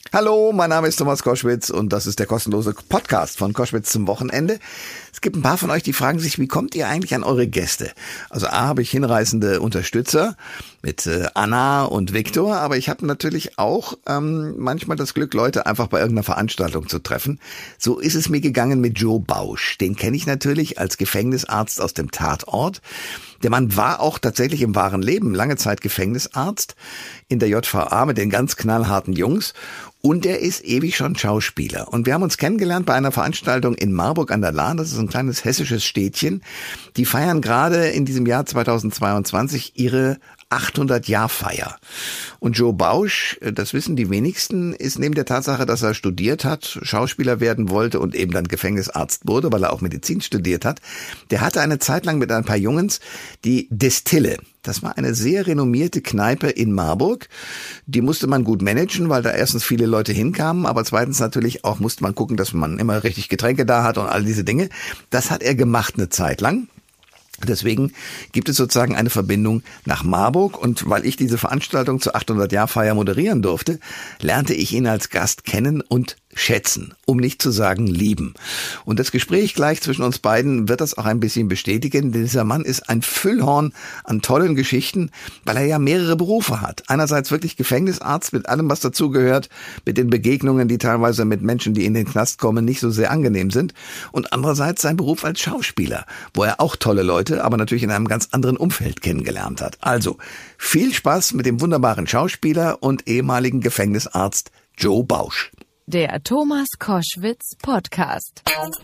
Hallo, mein Name ist Thomas Koschwitz und das ist der kostenlose Podcast von Koschwitz zum Wochenende. Es gibt ein paar von euch, die fragen sich, wie kommt ihr eigentlich an eure Gäste? Also habe ich hinreißende Unterstützer mit Anna und Viktor, aber ich habe natürlich auch manchmal das Glück, Leute einfach bei irgendeiner Veranstaltung zu treffen. So ist es mir gegangen mit Joe Bausch. Den kenne ich natürlich als Gefängnisarzt aus dem Tatort. Der Mann war auch tatsächlich im wahren Leben lange Zeit Gefängnisarzt in der JVA mit den ganz knallharten Jungs. Und er ist ewig schon Schauspieler. Und wir haben uns kennengelernt bei einer Veranstaltung in Marburg an der Lahn. Das ist ein kleines hessisches Städtchen. Die feiern gerade in diesem Jahr 2022 ihre 800-Jahr-Feier. Und Joe Bausch, das wissen die wenigsten, ist neben der Tatsache, dass er studiert hat, Schauspieler werden wollte und eben dann Gefängnisarzt wurde, weil er auch Medizin studiert hat, der hatte eine Zeit lang mit ein paar Jungs die Destille. Das war eine sehr renommierte Kneipe in Marburg. Die musste man gut managen, weil da erstens viele Leute hinkamen, aber zweitens natürlich auch musste man gucken, dass man immer richtig Getränke da hat und all diese Dinge. Das hat er gemacht eine Zeit lang. Deswegen gibt es sozusagen eine Verbindung nach Marburg und weil ich diese Veranstaltung zur 800-Jahr-Feier moderieren durfte, lernte ich ihn als Gast kennen und schätzen, um nicht zu sagen lieben. Und das Gespräch gleich zwischen uns beiden wird das auch ein bisschen bestätigen, denn dieser Mann ist ein Füllhorn an tollen Geschichten, weil er ja mehrere Berufe hat. Einerseits wirklich Gefängnisarzt mit allem, was dazugehört, mit den Begegnungen, die teilweise mit Menschen, die in den Knast kommen, nicht so sehr angenehm sind. Und andererseits sein Beruf als Schauspieler, wo er auch tolle Leute, aber natürlich in einem ganz anderen Umfeld kennengelernt hat. Also viel Spaß mit dem wunderbaren Schauspieler und ehemaligen Gefängnisarzt Joe Bausch. Der Thomas Koschwitz Podcast.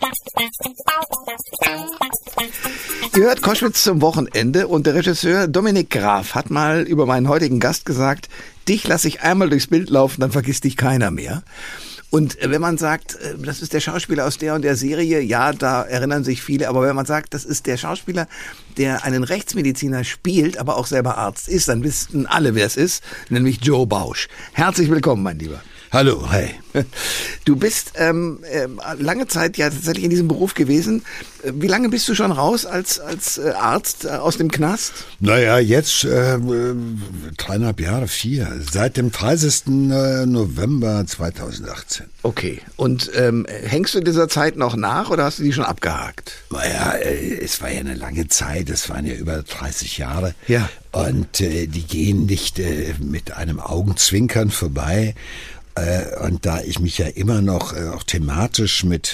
Ihr hört Koschwitz zum Wochenende und der Regisseur Dominik Graf hat mal über meinen heutigen Gast gesagt, dich lasse ich einmal durchs Bild laufen, dann vergisst dich keiner mehr. Und wenn man sagt, das ist der Schauspieler aus der und der Serie, ja, da erinnern sich viele, aber wenn man sagt, das ist der Schauspieler, der einen Rechtsmediziner spielt, aber auch selber Arzt ist, dann wissen alle, wer es ist, nämlich Joe Bausch. Herzlich willkommen, mein Lieber. Hallo, hey. Du bist lange Zeit ja tatsächlich in diesem Beruf gewesen. Wie lange bist du schon raus als Arzt aus dem Knast? Naja, jetzt 3,5 Jahre, 4. Seit dem 30. November 2018. Okay. Und hängst du in dieser Zeit noch nach oder hast du die schon abgehakt? Naja, es war ja eine lange Zeit. Es waren ja über 30 Jahre. Ja. Und die gehen nicht mit einem Augenzwinkern vorbei. Und da ich mich ja immer noch auch thematisch mit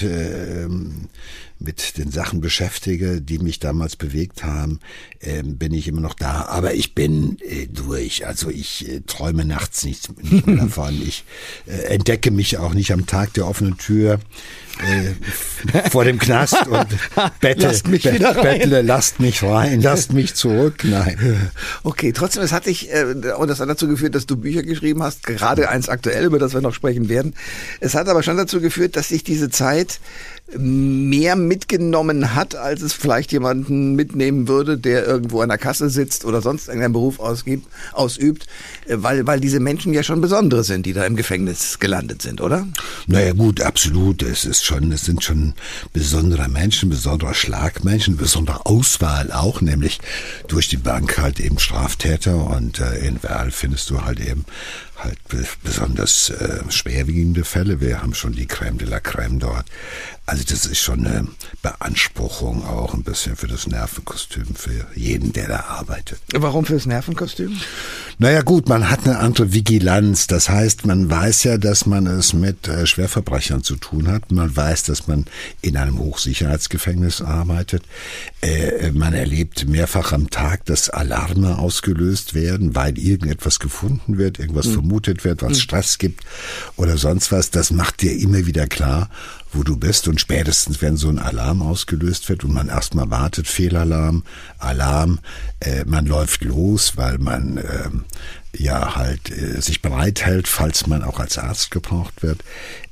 den Sachen beschäftige, die mich damals bewegt haben, bin ich immer noch da. Aber ich bin durch. Also ich träume nachts nicht mehr davon. Ich entdecke mich auch nicht am Tag der offenen Tür vor dem Knast und lasst mich wieder rein. Bettle, lasst mich rein, lasst mich zurück. Nein. Okay, trotzdem, es hat dich, und das hat dazu geführt, dass du Bücher geschrieben hast, gerade eins aktuell, über das wir noch sprechen werden. Es hat aber schon dazu geführt, dass dich diese Zeit mehr mitgenommen hat, als es vielleicht jemanden mitnehmen würde, der irgendwo an der Kasse sitzt oder sonst irgendeinen Beruf ausübt, weil diese Menschen ja schon besondere sind, die da im Gefängnis gelandet sind, oder? Naja gut, absolut. Es sind schon besondere Menschen, besondere Schlagmenschen, besondere Auswahl auch, nämlich durch die Bank halt eben Straftäter und in Werl findest du halt eben besonders schwerwiegende Fälle. Wir haben schon die Crème de la Crème dort. Also das ist schon eine Beanspruchung auch ein bisschen für das Nervenkostüm für jeden, der da arbeitet. Warum fürs Nervenkostüm? Naja gut, man hat eine andere Vigilanz. Das heißt, man weiß ja, dass man es mit Schwerverbrechern zu tun hat. Man weiß, dass man in einem Hochsicherheitsgefängnis arbeitet. Man erlebt mehrfach am Tag, dass Alarme ausgelöst werden, weil irgendetwas gefunden wird, irgendwas vermutet wird, was Stress gibt oder sonst was. Das macht dir immer wieder klar, wo du bist, und spätestens, wenn so ein Alarm ausgelöst wird und man erstmal wartet, Fehlalarm, Alarm, man läuft los, weil man sich bereithält, falls man auch als Arzt gebraucht wird.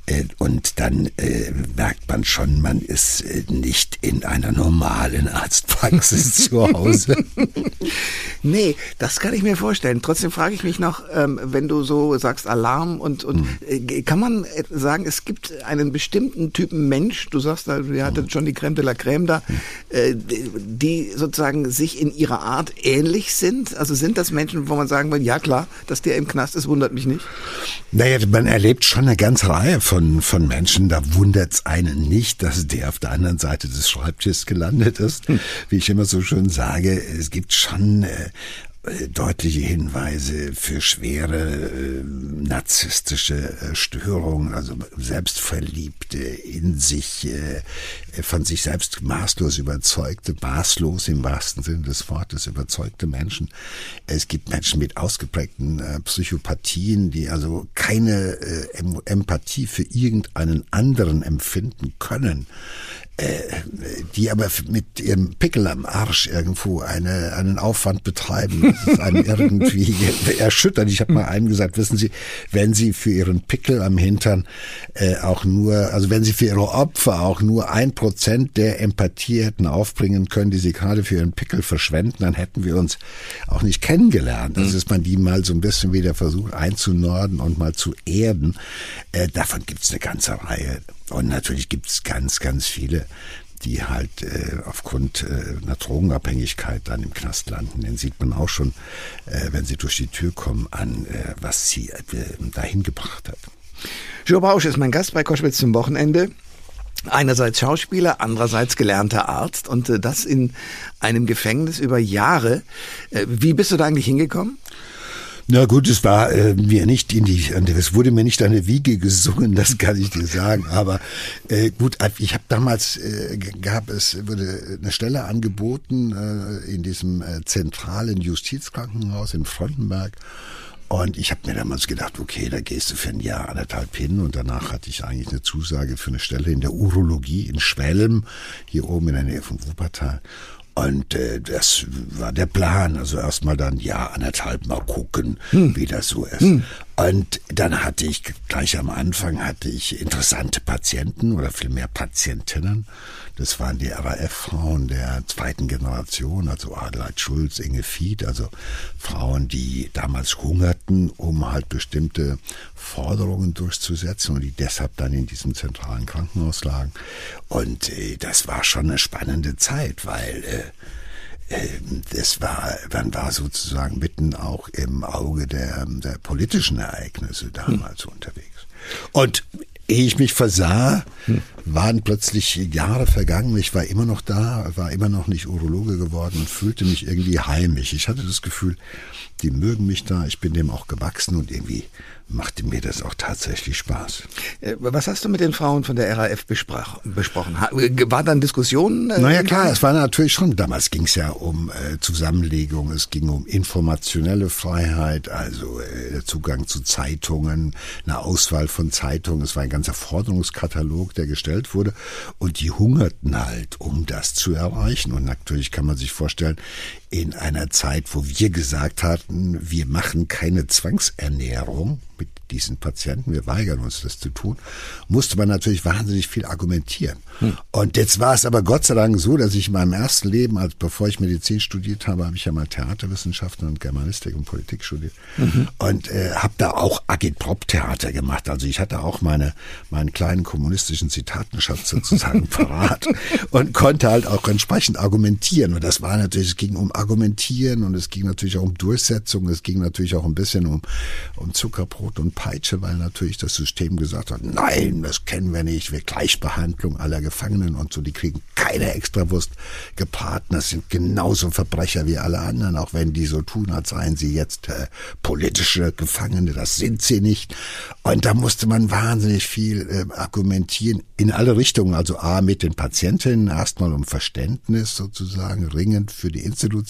Und dann merkt man schon, man ist nicht in einer normalen Arztpraxis zu Hause. Nee, das kann ich mir vorstellen. Trotzdem frage ich mich noch, wenn du so sagst Alarm und kann man sagen, es gibt einen bestimmten Typen Mensch, du sagst, ihr hattet schon die Crème de la Crème da, die sozusagen sich in ihrer Art ähnlich sind? Also sind das Menschen, wo man sagen will, ja klar, dass der im Knast ist, wundert mich nicht? Naja, man erlebt schon eine ganze Reihe von Menschen, da wundert's einen nicht, dass der auf der anderen Seite des Schreibtisches gelandet ist. Wie ich immer so schön sage, es gibt schon deutliche Hinweise für schwere narzisstische Störungen, also selbstverliebte, in sich, von sich selbst maßlos überzeugte, maßlos im wahrsten Sinne des Wortes überzeugte Menschen. Es gibt Menschen mit ausgeprägten Psychopathien, die also keine Empathie für irgendeinen anderen empfinden können, die aber mit ihrem Pickel am Arsch irgendwo einen Aufwand betreiben. Das ist einem irgendwie erschütternd. Ich habe mal einem gesagt, wissen Sie, wenn Sie für Ihren Pickel am Hintern wenn Sie für Ihre Opfer auch nur 1% der Empathie hätten aufbringen können, die Sie gerade für Ihren Pickel verschwenden, dann hätten wir uns auch nicht kennengelernt. Das ist man die mal so ein bisschen wieder versucht einzunorden und mal zu erden. Davon gibt's eine ganze Reihe. Und natürlich gibt's ganz, ganz viele, die halt aufgrund einer Drogenabhängigkeit dann im Knast landen. Den sieht man auch schon, wenn sie durch die Tür kommen, an, was sie dahin gebracht hat. Joe Bausch ist mein Gast bei Koschwitz zum Wochenende. Einerseits Schauspieler, andererseits gelernter Arzt und das in einem Gefängnis über Jahre. Wie bist du da eigentlich hingekommen? Na gut, es war mir nicht es wurde mir nicht an der Wiege gesungen, das kann ich dir sagen. Aber gut, ich habe damals wurde eine Stelle angeboten in diesem zentralen Justizkrankenhaus in Frontenberg. Und ich habe mir damals gedacht, okay, da gehst du für ein Jahr, 1,5 hin. Und danach hatte ich eigentlich eine Zusage für eine Stelle in der Urologie in Schwelm, hier oben in der Nähe von Wuppertal. Und das war der Plan, also erstmal dann 1,5 mal gucken, wie das so ist. Und dann hatte ich gleich am Anfang interessante Patienten oder vielmehr Patientinnen. Das waren die RAF-Frauen der zweiten Generation, also Adelheid Schulz, Inge Fied, also Frauen, die damals hungerten, um halt bestimmte Forderungen durchzusetzen und die deshalb dann in diesem zentralen Krankenhaus lagen. Und das war schon eine spannende Zeit, weil man war sozusagen mitten auch im Auge der politischen Ereignisse damals unterwegs. Und ehe ich mich versah, waren plötzlich Jahre vergangen. Ich war immer noch da, war immer noch nicht Urologe geworden und fühlte mich irgendwie heimisch. Ich hatte das Gefühl, die mögen mich da, ich bin dem auch gewachsen und irgendwie machte mir das auch tatsächlich Spaß. Was hast du mit den Frauen von der RAF besprochen? War dann Diskussionen? Naja klar, es war natürlich schon, damals ging es ja um Zusammenlegung, es ging um informationelle Freiheit, also Zugang zu Zeitungen, eine Auswahl von Zeitungen, es war ein ganzer Forderungskatalog, der gestellt wurde und die hungerten halt, um das zu erreichen. Und natürlich kann man sich vorstellen, in einer Zeit, wo wir gesagt hatten, wir machen keine Zwangsernährung mit diesen Patienten, wir weigern uns das zu tun, musste man natürlich wahnsinnig viel argumentieren. Und jetzt war es aber Gott sei Dank so, dass ich in meinem ersten Leben, also bevor ich Medizin studiert habe, habe ich ja mal Theaterwissenschaften und Germanistik und Politik studiert und habe da auch Agitprop-Theater gemacht. Also ich hatte auch meinen kleinen kommunistischen Zitatenschatz sozusagen parat und konnte halt auch entsprechend argumentieren. Und das war natürlich, es ging um Argumentieren und es ging natürlich auch um Durchsetzung, es ging natürlich auch ein bisschen um Zuckerbrot und Peitsche, weil natürlich das System gesagt hat, nein, das kennen wir nicht, wir Gleichbehandlung aller Gefangenen und so, die kriegen keine Extrawurst gebraten, das sind genauso Verbrecher wie alle anderen, auch wenn die so tun, als seien sie jetzt politische Gefangene, das sind sie nicht. Und da musste man wahnsinnig viel argumentieren in alle Richtungen, also A, mit den Patientinnen erstmal um Verständnis sozusagen, ringend für die Institution,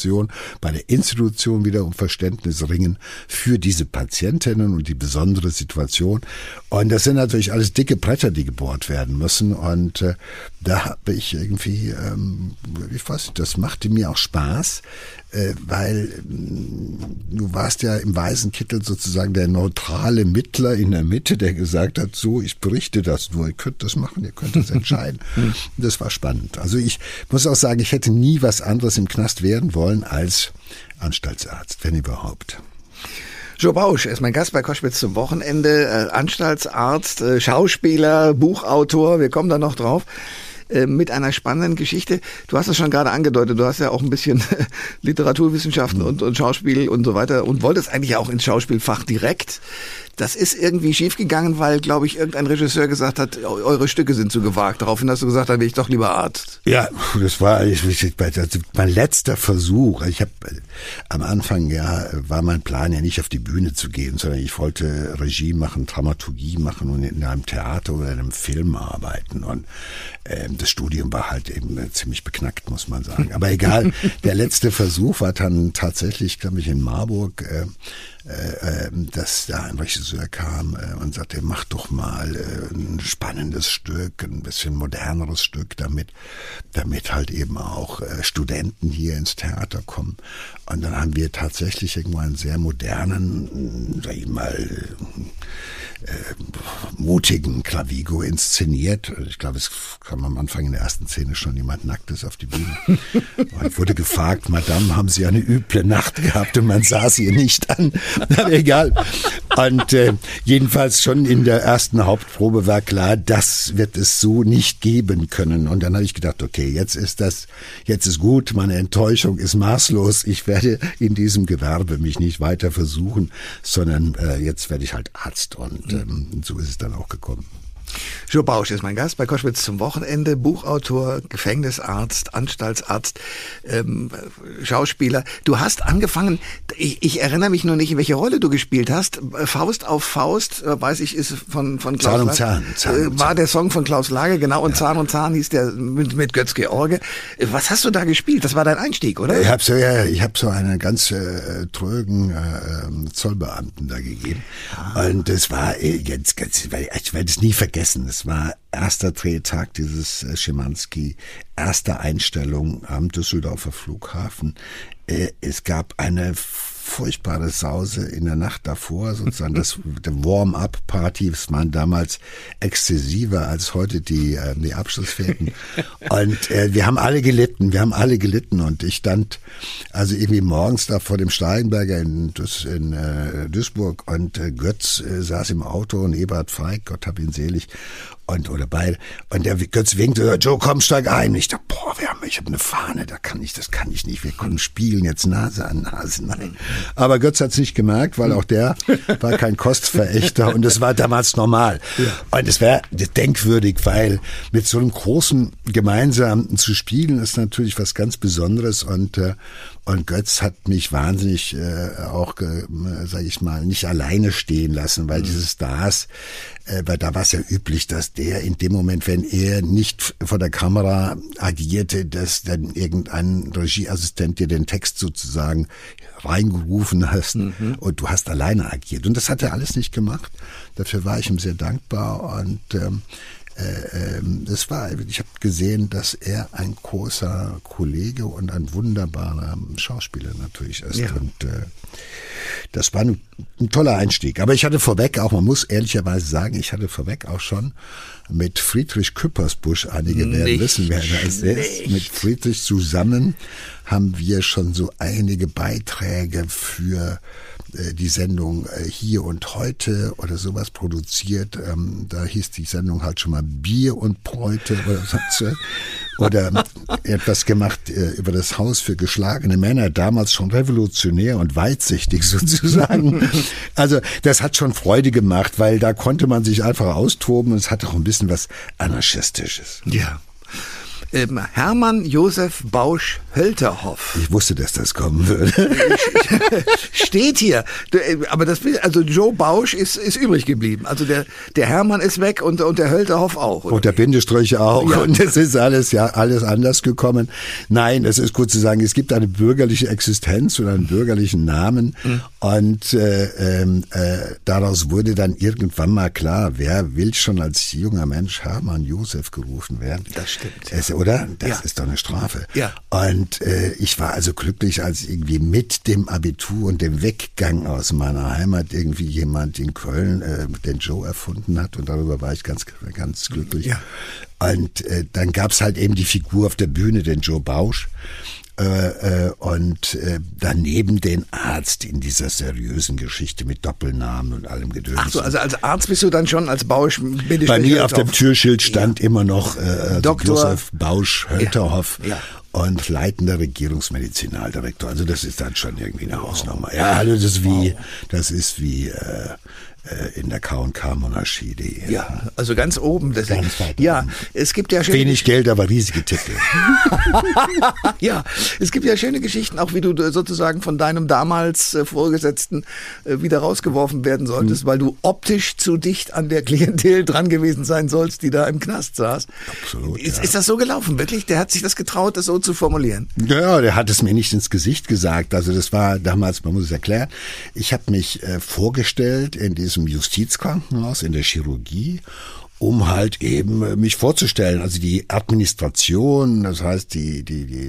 Institution, bei der Institution wieder um Verständnis ringen für diese Patientinnen und die besondere Situation. Und das sind natürlich alles dicke Bretter, die gebohrt werden müssen. Und da habe ich irgendwie, ich weiß nicht, das machte mir auch Spaß, weil du warst ja im weißen Kittel sozusagen der neutrale Mittler in der Mitte, der gesagt hat, so, ich berichte das nur, ihr könnt das machen, ihr könnt das entscheiden. Das war spannend. Also ich muss auch sagen, ich hätte nie was anderes im Knast werden wollen als Anstaltsarzt, wenn überhaupt. Joe Bausch ist mein Gast bei Koschwitz zum Wochenende, Anstaltsarzt, Schauspieler, Buchautor, wir kommen da noch drauf. Mit einer spannenden Geschichte. Du hast es schon gerade angedeutet, du hast ja auch ein bisschen Literaturwissenschaften und Schauspiel und so weiter und wolltest eigentlich auch ins Schauspielfach direkt. Das ist irgendwie schiefgegangen, weil, glaube ich, irgendein Regisseur gesagt hat, eure Stücke sind zu gewagt. Daraufhin hast du gesagt, dann will ich doch lieber Arzt. Ja, das war mein letzter Versuch. Ich habe am Anfang, war mein Plan ja nicht auf die Bühne zu gehen, sondern ich wollte Regie machen, Dramaturgie machen und in einem Theater oder in einem Film arbeiten. Und das Studium war halt eben ziemlich beknackt, muss man sagen. Aber egal, der letzte Versuch war dann tatsächlich, glaube ich, in Marburg, dass da ein Regisseur kam und sagte, mach doch mal ein spannendes Stück, ein bisschen moderneres Stück, damit halt eben auch Studenten hier ins Theater kommen. Und dann haben wir tatsächlich irgendwann einen sehr modernen, sag ich mal, mutigen Clavigo inszeniert. Ich glaube, es kam am Anfang in der ersten Szene schon jemand Nacktes auf die Bühne. Und wurde gefragt, Madame, haben Sie eine üble Nacht gehabt? Und man sah sie nicht an. Aber egal. Und jedenfalls schon in der ersten Hauptprobe war klar, das wird es so nicht geben können. Und dann habe ich gedacht, okay, jetzt ist gut, meine Enttäuschung ist maßlos. Ich werde in diesem Gewerbe mich nicht weiter versuchen, sondern jetzt werde ich halt Arzt. Und so ist es dann auch gekommen. Joe Bausch ist mein Gast bei Koschwitz zum Wochenende, Buchautor, Gefängnisarzt, Anstaltsarzt, Schauspieler. Du hast angefangen, ich erinnere mich nur nicht, in welche Rolle du gespielt hast. Faust auf Faust, weiß ich, ist von Klaus Zahn und Zahn. War der Song von Klaus Lage, genau, und ja. Zahn und Zahn hieß der mit Götz George. Was hast du da gespielt? Das war dein Einstieg, oder? Ich habe so einen ganz trögen Zollbeamten da gegeben. Und das war jetzt ganz, ich werde es nie vergessen. Es war erster Drehtag dieses Schimanski, erste Einstellung am Düsseldorfer Flughafen. Es gab eine furchtbare Sause in der Nacht davor, sozusagen der Warm-up-Party. Es waren damals exzessiver als heute die Abschlussfährten. Und wir haben alle gelitten. Und ich stand also irgendwie morgens da vor dem Steinberger in Duisburg und Götz saß im Auto und Eberhard Feig, Gott hab ihn selig, oder beide. Und der Götz winkte, Joe, komm, steig ein. Ich dachte, ich habe eine Fahne, das kann ich nicht. Wir können spielen jetzt Nase an Nase. Nein. Aber Götz hat's nicht gemerkt, weil auch der war kein Kostverächter und es war damals normal. Ja. Und es wäre denkwürdig, weil mit so einem großen Gemeinsamen zu spielen ist natürlich was ganz Besonderes und Götz hat mich wahnsinnig auch, sage ich mal, nicht alleine stehen lassen, weil diese Stars, weil da war es ja üblich, dass der in dem Moment, wenn er nicht vor der Kamera agierte, dass dann irgendein Regieassistent dir den Text sozusagen reingerufen hast und du hast alleine agiert. Und das hat er alles nicht gemacht. Dafür war ich ihm sehr dankbar und ich habe gesehen, dass er ein großer Kollege und ein wunderbarer Schauspieler natürlich ist. Ja. Und das war ein toller Einstieg. Aber ich hatte vorweg auch, man muss ehrlicherweise sagen, ich hatte vorweg auch schon mit Friedrich Küppersbusch, einige werden wissen, wer das ist, mit Friedrich zusammen haben wir schon so einige Beiträge für die Sendung Hier und Heute oder sowas produziert. Da hieß die Sendung halt schon mal Bier und Bräute oder so. Oder etwas gemacht über das Haus für geschlagene Männer, damals schon revolutionär und weitsichtig sozusagen. Also das hat schon Freude gemacht, weil da konnte man sich einfach austoben und es hat auch ein bisschen was Anarchistisches. Ja. Hermann Josef Bausch-Hölterhoff. Ich wusste, dass das kommen würde. Steht hier. Aber also Joe Bausch ist übrig geblieben. Also der Hermann ist weg und der Hölterhoff auch. Oder? Und der Bindestrich auch. Ja. Und es ist alles anders gekommen. Nein, es ist gut zu sagen, es gibt eine bürgerliche Existenz und einen bürgerlichen Namen. Und daraus wurde dann irgendwann mal klar, wer will schon als junger Mensch Hermann Josef gerufen werden? Das stimmt. Ja. Oder? Das ist doch eine Strafe. Ja. Und ich war also glücklich, als irgendwie mit dem Abitur und dem Weggang aus meiner Heimat irgendwie jemand in Köln den Joe erfunden hat. Und darüber war ich ganz glücklich. Ja. Und dann gab's halt eben die Figur auf der Bühne, den Joe Bausch. Und daneben den Arzt in dieser seriösen Geschichte mit Doppelnamen und allem Gedöns. Ach so, also als Arzt bist du dann schon als Bausch. Bei mir auf dem Türschild stand immer noch Dr. Josef Bausch-Hölterhoff. Ja. Und leitender Regierungsmedizinaldirektor. Also das ist dann schon irgendwie eine Hausnummer. Ja, also das ist wie in der K&K-Monarchie. Ja, also ganz oben. Ganz weit ja, oben. Es gibt ja schöne Wenig Geld, aber riesige Titel. Ja, es gibt ja schöne Geschichten, auch wie du sozusagen von deinem damals Vorgesetzten wieder rausgeworfen werden solltest, weil du optisch zu dicht an der Klientel dran gewesen sein sollst, die da im Knast saß. Absolut. Ist das so gelaufen, wirklich? Der hat sich das getraut, das so zu formulieren? Ja, der hat es mir nicht ins Gesicht gesagt. Also das war damals, man muss es erklären, ich habe mich vorgestellt in diesem Justizkrankenhaus, in der Chirurgie, um halt eben mich vorzustellen. Also die Administration, das heißt, im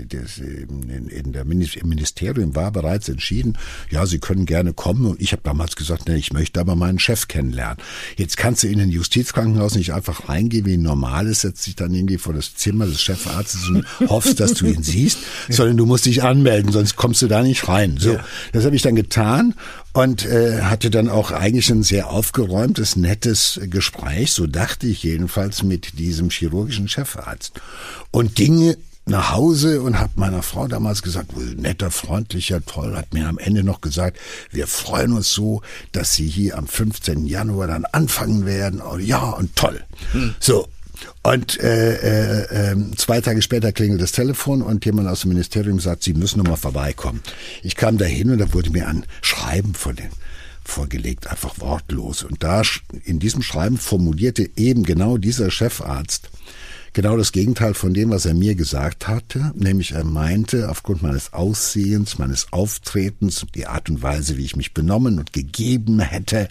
Ministerium war bereits entschieden, ja, Sie können gerne kommen. Und ich habe damals gesagt, ne, ich möchte aber meinen Chef kennenlernen. Jetzt kannst du in ein Justizkrankenhaus nicht einfach reingehen wie ein normales, setzt dich dann irgendwie vor das Zimmer des Chefarztes und hoffst, dass du ihn siehst, sondern du musst dich anmelden, sonst kommst du da nicht rein. So, das habe ich dann getan und hatte dann auch eigentlich ein sehr aufgeräumtes, nettes Gespräch, so dachte ich jedenfalls, mit diesem chirurgischen Chefarzt. Und ging nach Hause und habe meiner Frau damals gesagt, netter, freundlicher, toll, hat mir am Ende noch gesagt, wir freuen uns so, dass Sie hier am 15. Januar dann anfangen werden. Oh, ja, und toll. So. Und 2 Tage später klingelt das Telefon und jemand aus dem Ministerium sagt, Sie müssen noch mal vorbeikommen. Ich kam dahin und da wurde mir ein Schreiben vorgelegt, einfach wortlos. Und da in diesem Schreiben formulierte eben genau dieser Chefarzt genau das Gegenteil von dem, was er mir gesagt hatte, nämlich er meinte, aufgrund meines Aussehens, meines Auftretens, die Art und Weise, wie ich mich benommen und gegeben hätte,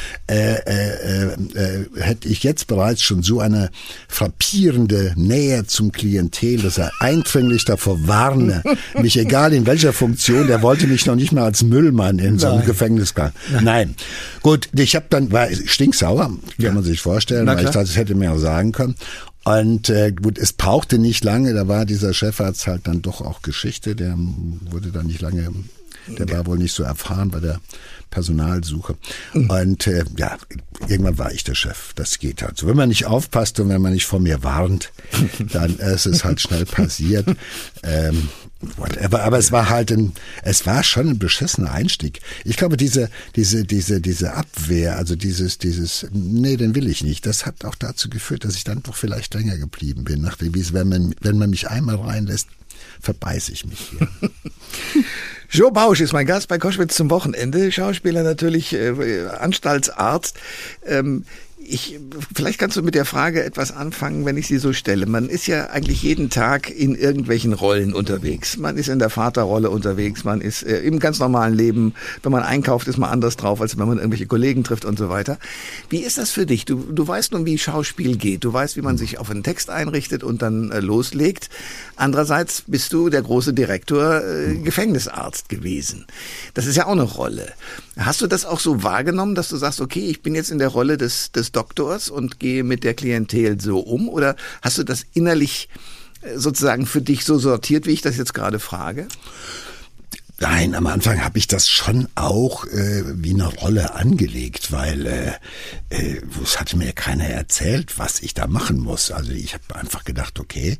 hätte ich jetzt bereits schon so eine frappierende Nähe zum Klientel, dass er eindringlich davor warne, mich egal in welcher Funktion, der wollte mich noch nicht mal als Müllmann in so einem Gefängnis gehen. Nein. Gut, war stinksauer, kann man sich vorstellen, weil ich dachte, das hätte mir auch sagen können. Und gut, es brauchte nicht lange, da war dieser Chefarzt halt dann doch auch Geschichte, der wurde dann nicht lange, der war wohl nicht so erfahren bei der Personalsuche. Und irgendwann war ich der Chef, das geht halt so. Wenn man nicht aufpasst und wenn man nicht vor mir warnt, dann ist es halt schnell passiert. Aber es war halt schon ein beschissener Einstieg. Ich glaube, diese Abwehr, also nee, den will ich nicht, das hat auch dazu geführt, dass ich dann doch vielleicht länger geblieben bin. Wenn man mich einmal reinlässt, verbeiße ich mich hier. Joe Bausch ist mein Gast bei Koschwitz zum Wochenende. Schauspieler natürlich, Anstaltsarzt. Vielleicht kannst du mit der Frage etwas anfangen, wenn ich sie so stelle. Man ist ja eigentlich jeden Tag in irgendwelchen Rollen unterwegs. Man ist in der Vaterrolle unterwegs, man ist im ganz normalen Leben, wenn man einkauft, ist man anders drauf, als wenn man irgendwelche Kollegen trifft und so weiter. Wie ist das für dich? Du weißt nun, wie Schauspiel geht. Du weißt, wie man sich auf einen Text einrichtet und dann loslegt. Andererseits bist du der große Direktor, Gefängnisarzt gewesen. Das ist ja auch eine Rolle. Hast du das auch so wahrgenommen, dass du sagst, okay, ich bin jetzt in der Rolle des Doktors und gehe mit der Klientel so um? Oder hast du das innerlich sozusagen für dich so sortiert, wie ich das jetzt gerade frage? Nein, am Anfang habe ich das schon auch wie eine Rolle angelegt, weil es hatte mir keiner erzählt, was ich da machen muss. Also ich habe einfach gedacht, okay,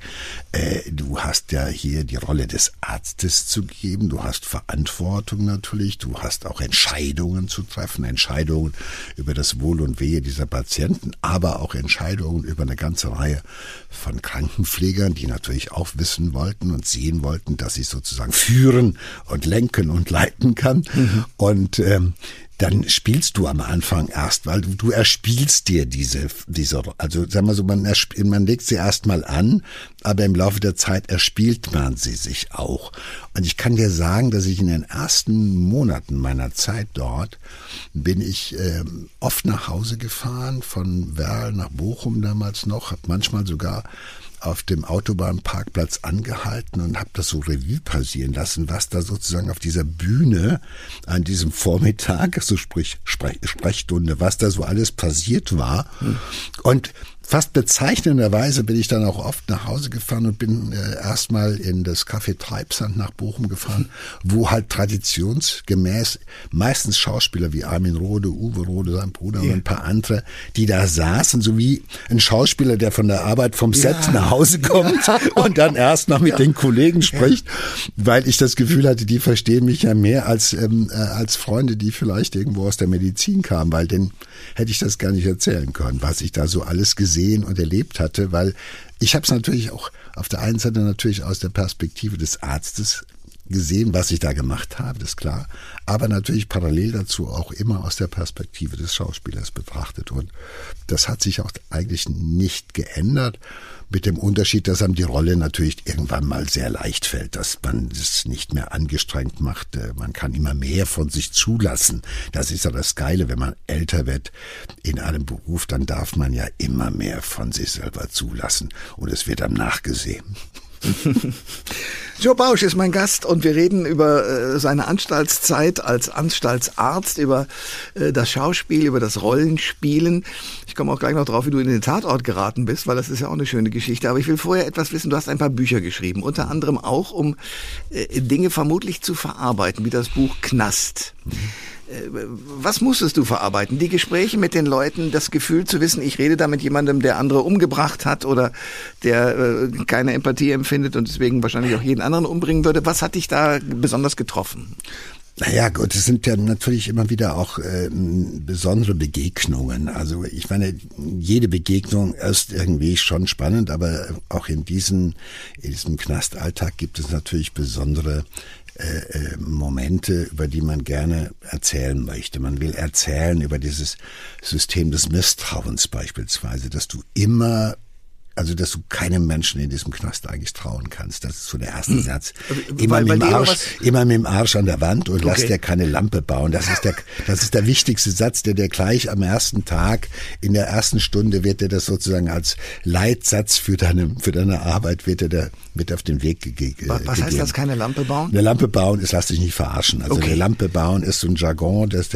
du hast ja hier die Rolle des Arztes zu geben, du hast Verantwortung natürlich, du hast auch Entscheidungen zu treffen, Entscheidungen über das Wohl und Wehe dieser Patienten, aber auch Entscheidungen über eine ganze Reihe von Krankenpflegern, die natürlich auch wissen wollten und sehen wollten, dass sie sozusagen führen und lenken und leiten kann. Mhm. Und dann spielst du am Anfang erst, weil du erspielst dir diese, also sagen wir so, man legt sie erst mal an, aber im Laufe der Zeit erspielt man sie sich auch. Und ich kann dir sagen, dass ich in den ersten Monaten meiner Zeit dort bin ich oft nach Hause gefahren, von Werl nach Bochum damals noch, habe manchmal sogar auf dem Autobahnparkplatz angehalten und habe das so Revue passieren lassen, was da sozusagen auf dieser Bühne an diesem Vormittag, so sprich Sprechstunde, was da so alles passiert war. Und fast bezeichnenderweise bin ich dann auch oft nach Hause gefahren und bin erstmal in das Café Treibsand nach Bochum gefahren, wo halt traditionsgemäß meistens Schauspieler wie Armin Rohde, Uwe Rohde, sein Bruder und ein paar andere, die da saßen, so wie ein Schauspieler, der von der Arbeit vom Set nach Hause kommt und dann erst noch mit den Kollegen spricht, weil ich das Gefühl hatte, die verstehen mich ja mehr als Freunde, die vielleicht irgendwo aus der Medizin kamen, weil denen hätte ich das gar nicht erzählen können, was ich da so alles gesehen und erlebt hatte, weil ich habe es natürlich auch auf der einen Seite natürlich aus der Perspektive des Arztes gesehen, was ich da gemacht habe, das ist klar, aber natürlich parallel dazu auch immer aus der Perspektive des Schauspielers betrachtet und das hat sich auch eigentlich nicht geändert, mit dem Unterschied, dass einem die Rolle natürlich irgendwann mal sehr leicht fällt, dass man es nicht mehr angestrengt macht, man kann immer mehr von sich zulassen. Das ist ja das Geile, wenn man älter wird in einem Beruf, dann darf man ja immer mehr von sich selber zulassen und es wird einem nachgesehen. Joe Bausch ist mein Gast und wir reden über seine Anstaltszeit als Anstaltsarzt, über das Schauspiel, über das Rollenspielen. Ich komme auch gleich noch drauf, wie du in den Tatort geraten bist, weil das ist ja auch eine schöne Geschichte. Aber ich will vorher etwas wissen, du hast ein paar Bücher geschrieben, unter anderem auch, um Dinge vermutlich zu verarbeiten, wie das Buch Knast. Was musstest du verarbeiten? Die Gespräche mit den Leuten, das Gefühl zu wissen, ich rede da mit jemandem, der andere umgebracht hat oder der keine Empathie empfindet und deswegen wahrscheinlich auch jeden anderen umbringen würde. Was hat dich da besonders getroffen? Naja, gut, es sind ja natürlich immer wieder auch besondere Begegnungen. Also ich meine, jede Begegnung ist irgendwie schon spannend, aber auch in diesem Knastalltag gibt es natürlich besondere Momente, über die man gerne erzählen möchte. Man will erzählen über dieses System des Misstrauens beispielsweise, dass du keinem Menschen in diesem Knast eigentlich trauen kannst. Das ist so der erste Satz. Immer mit dem Arsch an der Wand und lass dir keine Lampe bauen. Das ist der wichtigste Satz, der gleich am ersten Tag, in der ersten Stunde wird dir das sozusagen als Leitsatz für deine Arbeit mit auf den Weg gegeben. Was heißt das, keine Lampe bauen? Eine Lampe bauen ist, lass dich nicht verarschen. Also eine Lampe bauen ist so ein Jargon des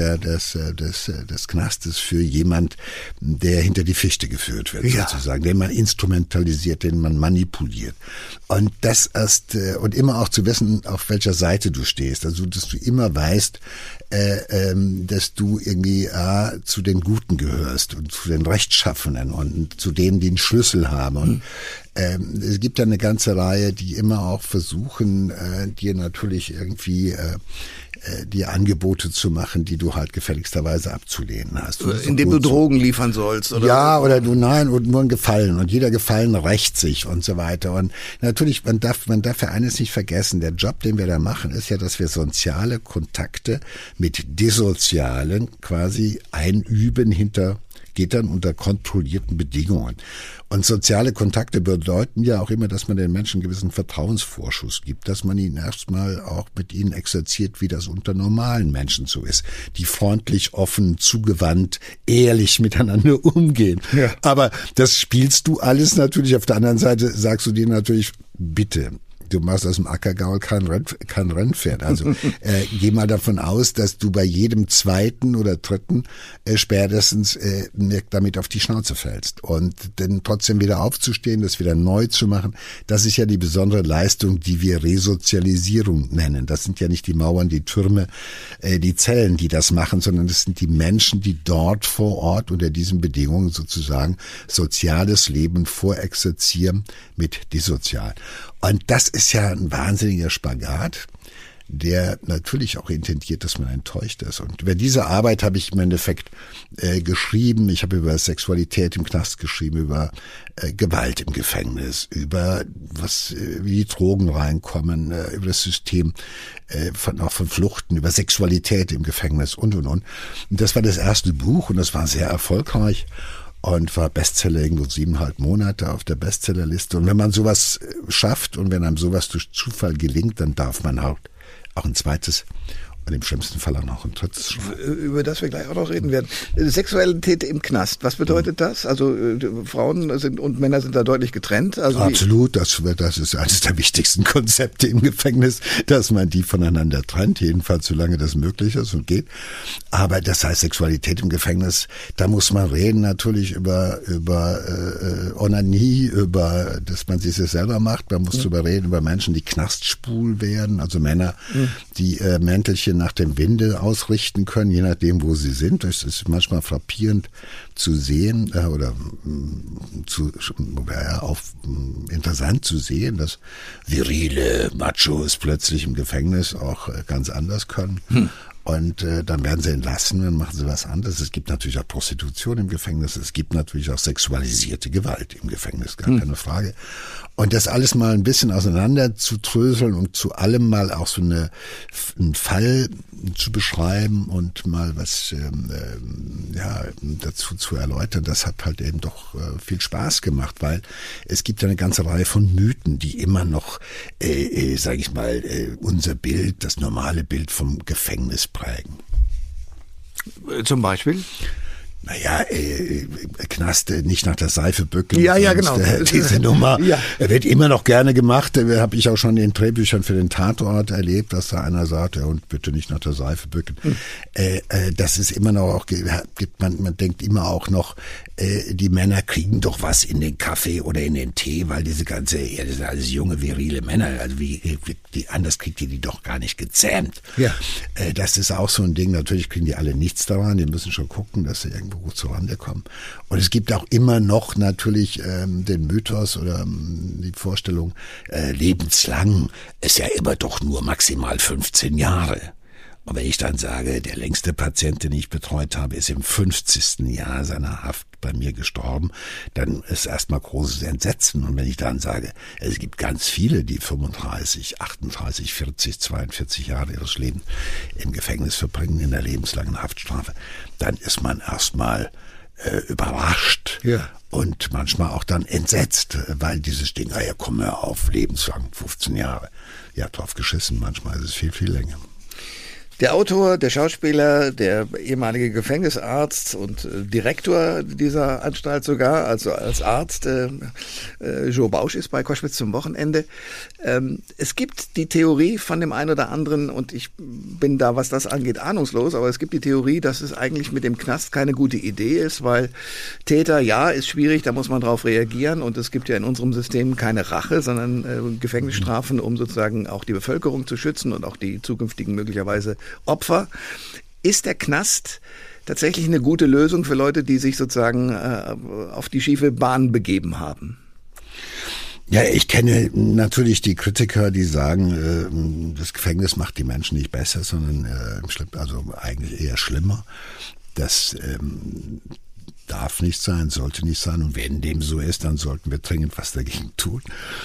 Knastes für jemand, der hinter die Fichte geführt wird, sozusagen, den man instrumentalisiert, den man manipuliert. Und das ist, und immer auch zu wissen, auf welcher Seite du stehst. Also, dass du immer weißt, dass du irgendwie zu den Guten gehörst und zu den Rechtschaffenen und zu denen, die einen Schlüssel haben. Und es gibt ja eine ganze Reihe, die immer auch versuchen, dir natürlich irgendwie dir Angebote zu machen, die du halt gefälligsterweise abzulehnen hast. Indem du Drogen liefern sollst, oder? Ja, oder und nur ein Gefallen. Und jeder Gefallen rächt sich und so weiter. Und natürlich, man darf ja eines nicht vergessen. Der Job, den wir da machen, ist ja, dass wir soziale Kontakte mit Dissozialen quasi einüben hinter Gittern unter kontrollierten Bedingungen. Und soziale Kontakte bedeuten ja auch immer, dass man den Menschen einen gewissen Vertrauensvorschuss gibt, dass man ihnen erstmal auch mit ihnen exerziert, wie das unter normalen Menschen so ist, die freundlich, offen, zugewandt, ehrlich miteinander umgehen. Ja. Aber das spielst du alles natürlich. Auf der anderen Seite sagst du dir natürlich, bitte, Du machst aus dem Ackergaul kein Rennpferd. Also geh mal davon aus, dass du bei jedem zweiten oder dritten spätestens damit auf die Schnauze fällst. Und dann trotzdem wieder aufzustehen, das wieder neu zu machen, das ist ja die besondere Leistung, die wir Resozialisierung nennen. Das sind ja nicht die Mauern, die Türme, die Zellen, die das machen, sondern das sind die Menschen, die dort vor Ort unter diesen Bedingungen sozusagen soziales Leben vorexerzieren mit dissozial. Und das ist ja ein wahnsinniger Spagat, der natürlich auch intendiert, dass man enttäuscht ist. Und über diese Arbeit habe ich im Endeffekt geschrieben. Ich habe über Sexualität im Knast geschrieben, über Gewalt im Gefängnis, über wie die Drogen reinkommen, über das System auch von Fluchten, über Sexualität im Gefängnis und. Und das war das erste Buch und das war sehr erfolgreich. Und war Bestseller irgendwo 7,5 Monate auf der Bestsellerliste. Und wenn man sowas schafft und wenn einem sowas durch Zufall gelingt, dann darf man auch ein zweites und im schlimmsten Fall auch noch ein drittes schreiben. Über das wir gleich auch noch reden werden. Sexualität im Knast, was bedeutet das? Also Frauen und Männer sind da deutlich getrennt? Also absolut, das ist eines der wichtigsten Konzepte im Gefängnis, dass man die voneinander trennt, jedenfalls solange das möglich ist und geht. Aber das heißt Sexualität im Gefängnis, da muss man reden natürlich über Onanie, über, dass man sich das selber macht. Man muss darüber reden, über Menschen, die knastschwul werden, also Männer, die Mäntelchen nach dem Winde ausrichten können, je nachdem, wo sie sind. Das ist manchmal frappierend zu sehen interessant zu sehen, dass virile Machos plötzlich im Gefängnis auch ganz anders können. Und dann werden sie entlassen, dann machen sie was anderes. Es gibt natürlich auch Prostitution im Gefängnis, es gibt natürlich auch sexualisierte Gewalt im Gefängnis, gar keine Frage. Und das alles mal ein bisschen auseinander zu dröseln und zu allem mal auch so einen Fall zu beschreiben und mal was dazu zu erläutern, das hat halt eben doch viel Spaß gemacht, weil es gibt eine ganze Reihe von Mythen, die immer noch, sage ich mal, unser Bild, das normale Bild vom Gefängnis prägen. Zum Beispiel? Naja, Knast nicht nach der Seife bücken. Ja, genau. Diese Nummer wird immer noch gerne gemacht. Habe ich auch schon in Drehbüchern für den Tatort erlebt, dass da einer sagt, ja, und bitte nicht nach der Seife bücken. Das ist immer noch auch, man denkt immer auch noch, die Männer kriegen doch was in den Kaffee oder in den Tee, weil das sind alles junge, virile Männer, also anders kriegt die doch gar nicht gezähmt. Ja. Das ist auch so ein Ding, natürlich kriegen die alle nichts daran, die müssen schon gucken, dass sie irgendwo gut zur Rande kommen. Und es gibt auch immer noch natürlich den Mythos oder die Vorstellung, lebenslang ist ja immer doch nur maximal 15 Jahre. Und wenn ich dann sage, der längste Patient, den ich betreut habe, ist im 50. Jahr seiner Haft bei mir gestorben, dann ist erstmal großes Entsetzen. Und wenn ich dann sage, es gibt ganz viele, die 35, 38, 40, 42 Jahre ihres Lebens im Gefängnis verbringen, in der lebenslangen Haftstrafe, dann ist man erstmal überrascht und manchmal auch dann entsetzt, weil dieses Ding, komm hör auf, lebenslang, 15 Jahre. Ja, drauf geschissen, manchmal ist es viel, viel länger. Der Autor, der Schauspieler, der ehemalige Gefängnisarzt und Direktor dieser Anstalt sogar, also als Arzt, Jo Bausch ist bei Koschwitz zum Wochenende. Es gibt die Theorie von dem einen oder anderen, und ich bin da, was das angeht, ahnungslos, aber es gibt die Theorie, dass es eigentlich mit dem Knast keine gute Idee ist, weil Täter, ist schwierig, da muss man drauf reagieren, und es gibt ja in unserem System keine Rache, sondern Gefängnisstrafen, um sozusagen auch die Bevölkerung zu schützen und auch die zukünftigen möglicherweise Opfer. Ist der Knast tatsächlich eine gute Lösung für Leute, die sich sozusagen auf die schiefe Bahn begeben haben? Ja, ich kenne natürlich die Kritiker, die sagen, das Gefängnis macht die Menschen nicht besser, sondern also eigentlich eher schlimmer. Das darf nicht sein, sollte nicht sein. Und wenn dem so ist, dann sollten wir dringend was dagegen tun.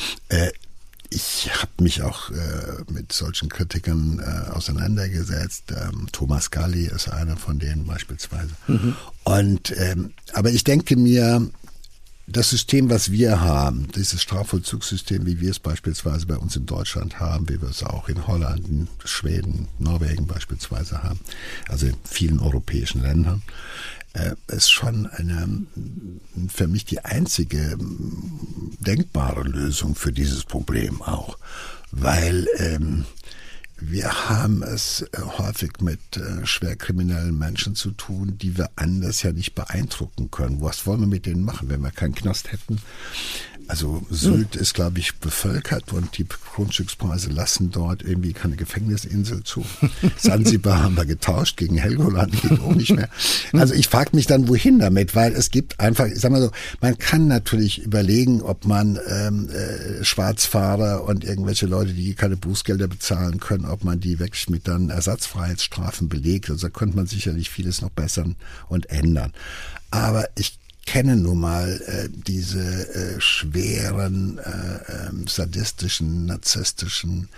Ich habe mich auch mit solchen Kritikern auseinandergesetzt. Thomas Galli ist einer von denen beispielsweise. Und aber ich denke mir, das System, was wir haben, dieses Strafvollzugssystem, wie wir es beispielsweise bei uns in Deutschland haben, wie wir es auch in Holland, in Schweden, Norwegen beispielsweise haben, also in vielen europäischen Ländern, ist schon für mich die einzige denkbare Lösung für dieses Problem auch, weil wir haben es häufig mit schwer kriminellen Menschen zu tun, die wir anders ja nicht beeindrucken können. Was wollen wir mit denen machen, wenn wir keinen Knast hätten? Also Sylt ist, glaube ich, bevölkert und die Grundstückspreise lassen dort irgendwie keine Gefängnisinsel zu. Sansibar haben wir getauscht gegen Helgoland, geht auch nicht mehr. Also ich frage mich dann, wohin damit, weil es gibt einfach, ich sag mal so, man kann natürlich überlegen, ob man Schwarzfahrer und irgendwelche Leute, die keine Bußgelder bezahlen können, ob man die wirklich mit dann Ersatzfreiheitsstrafen belegt. Also da könnte man sicherlich vieles noch bessern und ändern. Aber ich kenne nun mal diese schweren, sadistischen, narzisstischen,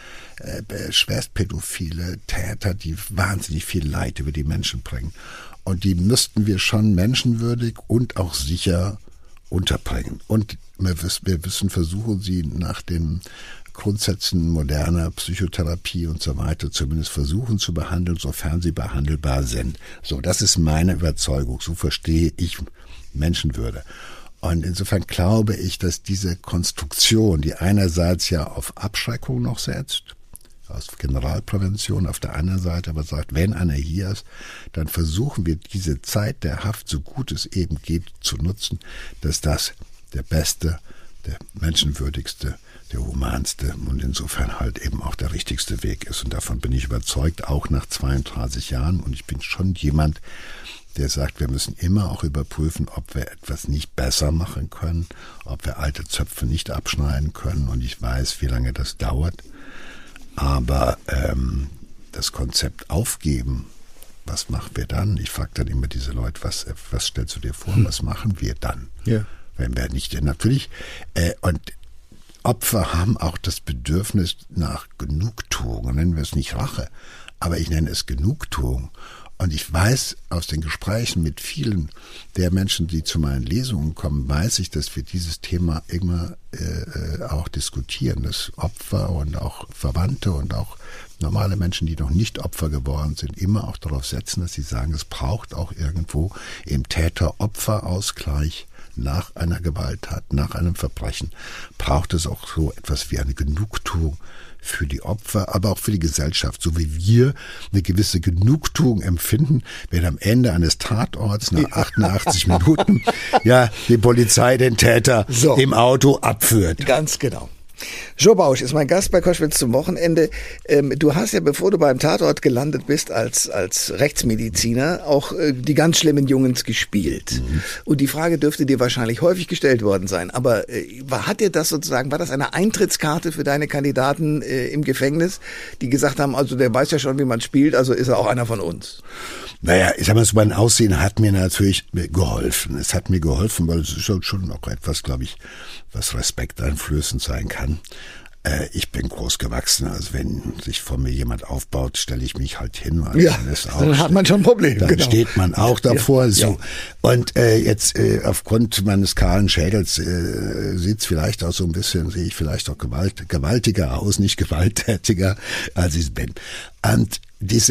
schwerstpädophile Täter, die wahnsinnig viel Leid über die Menschen bringen. Und die müssten wir schon menschenwürdig und auch sicher unterbringen. Und wir müssen versuchen, sie nach den Grundsätzen moderner Psychotherapie und so weiter zumindest versuchen zu behandeln, sofern sie behandelbar sind. So, das ist meine Überzeugung. So verstehe ich Menschenwürde. Und insofern glaube ich, dass diese Konstruktion, die einerseits ja auf Abschreckung noch setzt, aus Generalprävention, auf der anderen Seite aber sagt, wenn einer hier ist, dann versuchen wir diese Zeit der Haft, so gut es eben geht, zu nutzen, dass das der beste, der menschenwürdigste, der humanste und insofern halt eben auch der richtigste Weg ist. Und davon bin ich überzeugt, auch nach 32 Jahren. Und ich bin schon jemand, der sagt, wir müssen immer auch überprüfen, ob wir etwas nicht besser machen können, ob wir alte Zöpfe nicht abschneiden können. Und ich weiß, wie lange das dauert. Aber das Konzept aufgeben, was machen wir dann? Ich frage dann immer diese Leute, was stellst du dir vor, was machen wir dann? Ja. Wenn wir nicht, natürlich, und Opfer haben auch das Bedürfnis nach Genugtuung, nennen wir es nicht Rache, aber ich nenne es Genugtuung. Und ich weiß aus den Gesprächen mit vielen der Menschen, die zu meinen Lesungen kommen, weiß ich, dass wir dieses Thema immer auch diskutieren, dass Opfer und auch Verwandte und auch normale Menschen, die noch nicht Opfer geworden sind, immer auch darauf setzen, dass sie sagen, es braucht auch irgendwo im Täter-Opfer-Ausgleich nach einer Gewalttat, nach einem Verbrechen, braucht es auch so etwas wie eine Genugtuung für die Opfer, aber auch für die Gesellschaft, so wie wir eine gewisse Genugtuung empfinden, wenn am Ende eines Tatorts nach 88 Minuten die Polizei den Täter im Auto abführt. Ganz genau. Joe Bausch ist mein Gast bei Koschwitz zum Wochenende. Du hast ja, bevor du beim Tatort gelandet bist, als Rechtsmediziner auch die ganz schlimmen Jungens gespielt. Mhm. Und die Frage dürfte dir wahrscheinlich häufig gestellt worden sein. Aber war das eine Eintrittskarte für deine Kandidaten im Gefängnis, die gesagt haben, also der weiß ja schon, wie man spielt, also ist er auch einer von uns? Naja, ich sag mal so, mein Aussehen hat mir natürlich geholfen. Es hat mir geholfen, weil es ist schon auch etwas, glaube ich, was respekteinflößend sein kann. Ich bin groß gewachsen, also wenn sich vor mir jemand aufbaut, stelle ich mich halt hin. Also dann hat man schon ein Problem. Dann steht man auch davor. Ja, so. Ja. Und jetzt aufgrund meines kahlen Schädels sieht's vielleicht auch so ein bisschen, sehe ich vielleicht auch gewaltiger aus, nicht gewalttätiger, als ich bin. Und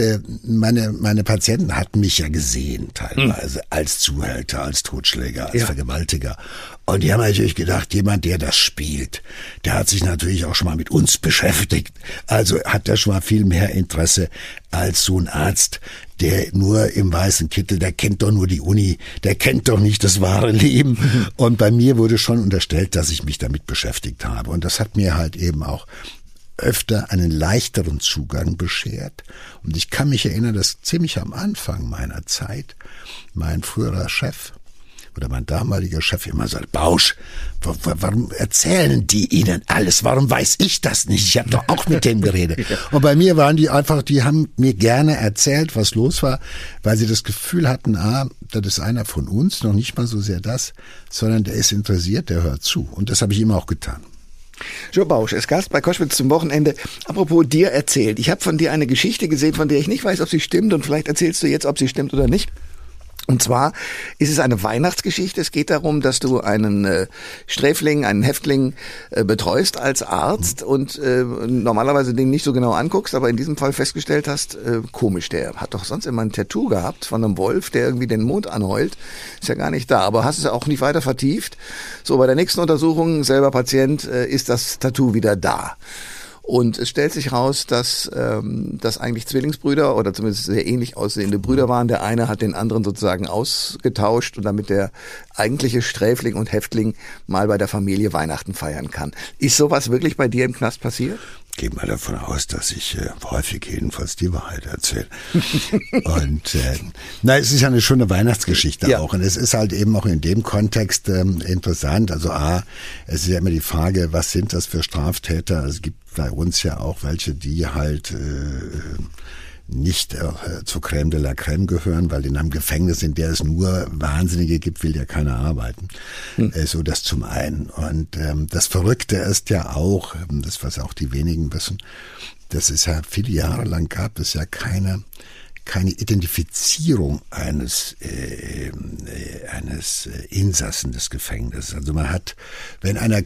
meine Patienten hatten mich ja gesehen teilweise als Zuhälter, als Totschläger, als Vergewaltiger. Und die haben natürlich gedacht, jemand, der das spielt, der hat sich natürlich auch schon mal mit uns beschäftigt. Also hat er schon mal viel mehr Interesse als so ein Arzt, der nur im weißen Kittel, der kennt doch nur die Uni, der kennt doch nicht das wahre Leben. Und bei mir wurde schon unterstellt, dass ich mich damit beschäftigt habe. Und das hat mir halt eben auch öfter einen leichteren Zugang beschert. Und ich kann mich erinnern, dass ziemlich am Anfang meiner Zeit mein früherer Chef oder mein damaliger Chef immer sagte, Bausch, warum erzählen die Ihnen alles? Warum weiß ich das nicht? Ich habe doch auch mit dem geredet. Und bei mir waren die einfach, die haben mir gerne erzählt, was los war, weil sie das Gefühl hatten, das ist einer von uns, noch nicht mal so sehr das, sondern der ist interessiert, der hört zu. Und das habe ich ihm auch getan. Joe Bausch ist Gast bei Koschwitz zum Wochenende. Apropos dir erzählt. Ich habe von dir eine Geschichte gesehen, von der ich nicht weiß, ob sie stimmt und vielleicht erzählst du jetzt, ob sie stimmt oder nicht. Und zwar ist es eine Weihnachtsgeschichte. Es geht darum, dass du einen Sträfling, einen Häftling betreust als Arzt und normalerweise den nicht so genau anguckst, aber in diesem Fall festgestellt hast, komisch, der hat doch sonst immer ein Tattoo gehabt von einem Wolf, der irgendwie den Mond anheult. Ist ja gar nicht da, aber hast es auch nicht weiter vertieft. So, bei der nächsten Untersuchung, selber Patient, ist das Tattoo wieder da. Und es stellt sich raus, dass das eigentlich Zwillingsbrüder oder zumindest sehr ähnlich aussehende Brüder waren. Der eine hat den anderen sozusagen ausgetauscht und damit der eigentliche Sträfling und Häftling mal bei der Familie Weihnachten feiern kann. Ist sowas wirklich bei dir im Knast passiert? Ich gehe mal davon aus, dass ich häufig jedenfalls die Wahrheit erzähle. Und es ist ja eine schöne Weihnachtsgeschichte auch. Und es ist halt eben auch in dem Kontext interessant. Also es ist ja immer die Frage, was sind das für Straftäter? Es gibt bei uns ja auch welche, die halt nicht zur Crème de la Crème gehören, weil in einem Gefängnis, in der es nur Wahnsinnige gibt, will ja keiner arbeiten. So das zum einen. Und das Verrückte ist ja auch, das was auch die wenigen wissen, dass es ja viele Jahre lang gab es ja keine Identifizierung eines Insassen des Gefängnisses. Also man hat, wenn einer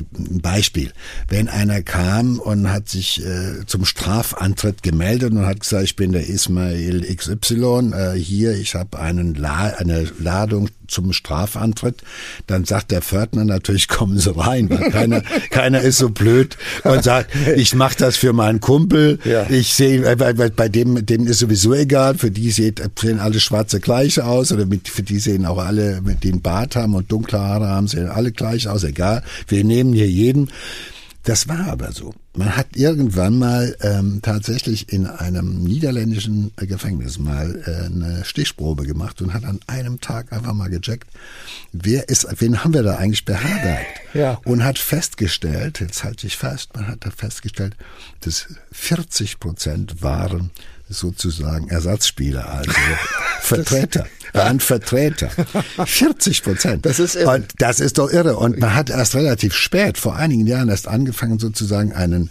kam und hat sich zum Strafantritt gemeldet und hat gesagt, ich bin der Ismail XY, hier, ich habe eine Ladung zum Strafantritt, dann sagt der Pförtner natürlich, kommen Sie rein, weil keiner ist so blöd und sagt, ich mache das für meinen Kumpel, ich sehe, bei dem ist sowieso egal, für die sehen alle Schwarze gleich aus oder für die sehen auch alle, mit denen Bart haben und dunkle Haare haben, sehen alle gleich aus, egal, wir nehmen hier jeden. Das war aber so. Man hat irgendwann mal tatsächlich in einem niederländischen Gefängnis mal eine Stichprobe gemacht und hat an einem Tag einfach mal gecheckt, wen haben wir da eigentlich beherbergt? Ja. Und hat festgestellt, jetzt halte ich fest, man hat da festgestellt, dass 40% waren sozusagen Ersatzspieler, also Vertreter. Waren Vertreter. 40%. Das ist irre. Und das ist doch irre. Und man hat erst relativ spät, vor einigen Jahren erst angefangen, sozusagen einen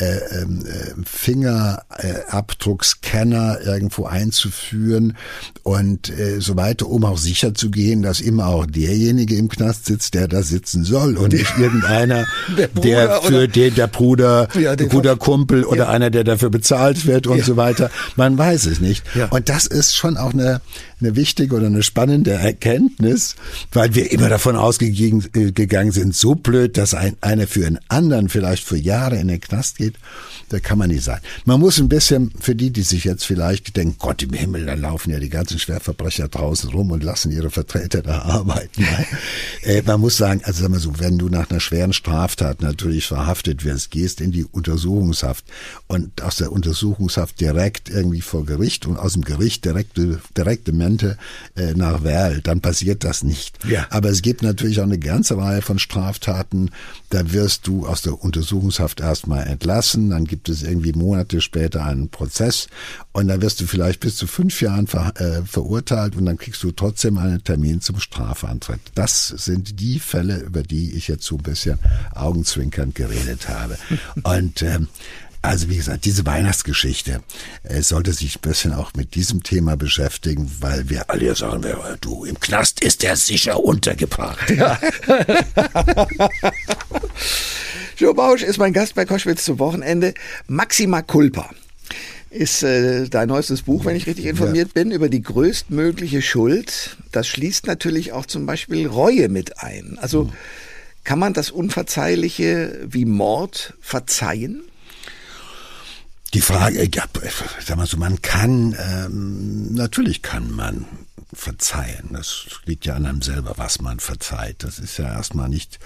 Fingerabdruckscanner irgendwo einzuführen und so weiter, um auch sicher zu gehen, dass immer auch derjenige im Knast sitzt, der da sitzen soll und nicht irgendeiner, der Bruder, guter Kumpel oder einer, der dafür bezahlt wird und so weiter. Man weiß es nicht. Ja. Und das ist schon auch eine wichtige oder eine spannende Erkenntnis, weil wir immer davon ausgegangen sind, so blöd, dass einer für einen anderen vielleicht für Jahre in den Knast geht, da kann man nicht sein. Man muss ein bisschen, für die sich jetzt vielleicht denken, Gott im Himmel, da laufen ja die ganzen Schwerverbrecher draußen rum und lassen ihre Vertreter da arbeiten. Man muss sagen, also sag mal so, wenn du nach einer schweren Straftat natürlich verhaftet wirst, gehst in die Untersuchungshaft und aus der Untersuchungshaft direkt irgendwie vor Gericht und aus dem Gericht direkte Mente nach Werl, dann passiert das nicht. Ja. Aber es gibt natürlich auch eine ganze Reihe von Straftaten, da wirst du aus der Untersuchungshaft erstmal entlassen, dann gibt es irgendwie Monate später einen Prozess und dann wirst du vielleicht bis zu 5 Jahren verurteilt und dann kriegst du trotzdem einen Termin zum Strafantritt. Das sind die Fälle, über die ich jetzt so ein bisschen augenzwinkernd geredet habe. Und also wie gesagt, diese Weihnachtsgeschichte sollte sich ein bisschen auch mit diesem Thema beschäftigen, weil wir alle ja sagen, du, im Knast ist der sicher untergebracht. Ja. Joe Bausch ist mein Gast bei Koschwitz zum Wochenende. Maxima Culpa ist dein neuestes Buch, wenn ich richtig informiert bin, über die größtmögliche Schuld. Das schließt natürlich auch zum Beispiel Reue mit ein. Also kann man das Unverzeihliche wie Mord verzeihen? Die Frage, sag mal so, man kann, natürlich kann man verzeihen. Das liegt ja an einem selber, was man verzeiht. Das ist ja erstmal nicht